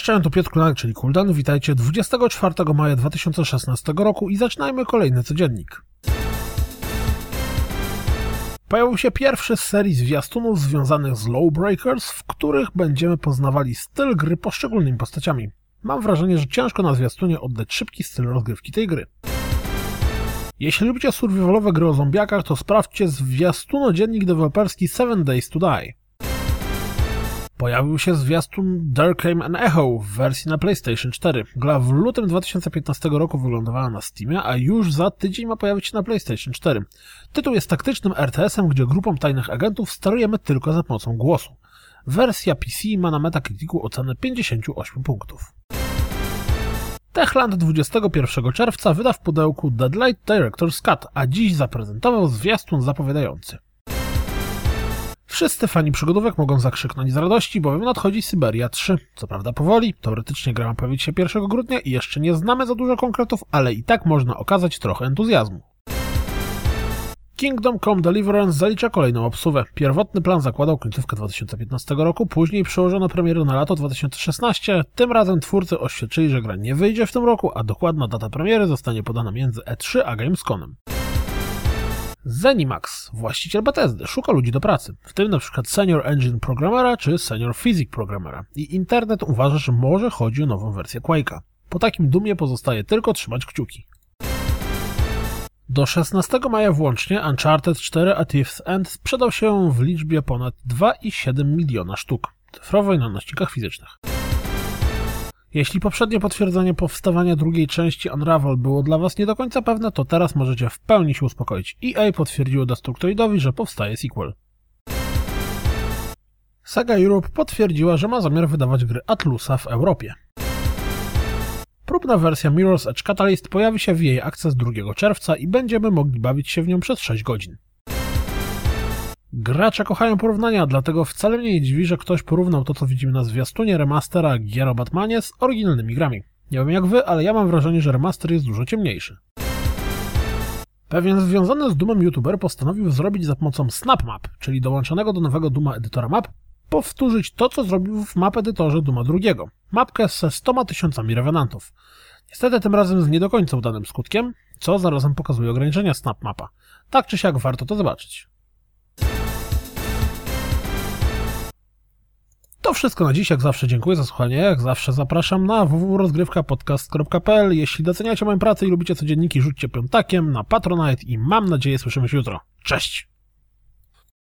Cześć, tu Piotr Kulak, czyli Kuldan. Witajcie 24 maja 2016 roku i zaczynajmy kolejny codziennik. Pojawił się pierwszy z serii zwiastunów związanych z Lawbreakers, w których będziemy poznawali styl gry poszczególnymi postaciami. Mam wrażenie, że ciężko na zwiastunie oddać szybki styl rozgrywki tej gry. Jeśli lubicie survivalowe gry o zombiakach, to sprawdźcie zwiastunodziennik deweloperski 7 Days to Die. Pojawił się zwiastun There Came an Echo w wersji na PlayStation 4. Gra w lutym 2015 roku wyglądała na Steamie, a już za tydzień ma pojawić się na PlayStation 4. Tytuł jest taktycznym RTS-em, gdzie grupą tajnych agentów sterujemy tylko za pomocą głosu. Wersja PC ma na Metacriticu ocenę 58 punktów. Techland 21 czerwca wyda w pudełku Deadlight Director's Cut, a dziś zaprezentował zwiastun zapowiadający. Wszyscy fani przygodówek mogą zakrzyknąć z radości, bowiem nadchodzi Syberia 3. Co prawda powoli, teoretycznie gra ma pojawić się 1 grudnia i jeszcze nie znamy za dużo konkretów, ale i tak można okazać trochę entuzjazmu. Kingdom Come Deliverance zalicza kolejną obsuwę. Pierwotny plan zakładał końcówkę 2015 roku, później przełożono premierę na lato 2016. Tym razem twórcy oświadczyli, że gra nie wyjdzie w tym roku, a dokładna data premiery zostanie podana między E3 a Gamescomem. Zenimax, właściciel Bethesdy, szuka ludzi do pracy, w tym np. Senior Engine Programmera czy Senior Physics Programmera i internet uważa, że może chodzi o nową wersję Quake'a. Po takim dumie pozostaje tylko trzymać kciuki. Do 16 maja włącznie Uncharted 4 A Thief's End sprzedał się w liczbie ponad 2,7 miliona sztuk, cyfrowo i na nośnikach fizycznych. Jeśli poprzednie potwierdzenie powstawania drugiej części Unravel było dla Was nie do końca pewne, to teraz możecie w pełni się uspokoić. EA potwierdziło Destructoidowi, że powstaje sequel. Sega Europe potwierdziła, że ma zamiar wydawać gry Atlusa w Europie. Próbna wersja Mirror's Edge Catalyst pojawi się w jej Access 2 czerwca i będziemy mogli bawić się w nią przez 6 godzin. Gracze kochają porównania, dlatego wcale mnie nie dziwi, że ktoś porównał to, co widzimy na zwiastunie remastera gier o Batmanie z oryginalnymi grami. Nie wiem jak wy, ale ja mam wrażenie, że remaster jest dużo ciemniejszy. Pewien związany z Doomem youtuber postanowił zrobić za pomocą SnapMap, czyli dołączonego do nowego Dooma edytora map, powtórzyć to, co zrobił w map edytorze Dooma II. Mapkę ze 100 000 revenantów. Niestety tym razem z nie do końca udanym skutkiem, co zarazem pokazuje ograniczenia SnapMapa. Tak czy siak warto to zobaczyć. To wszystko na dziś, jak zawsze dziękuję za słuchanie, jak zawsze zapraszam na www.rozgrywkapodcast.pl. Jeśli doceniacie moją pracę i lubicie codzienniki, rzućcie piątakiem na Patronite i mam nadzieję słyszymy się jutro. Cześć!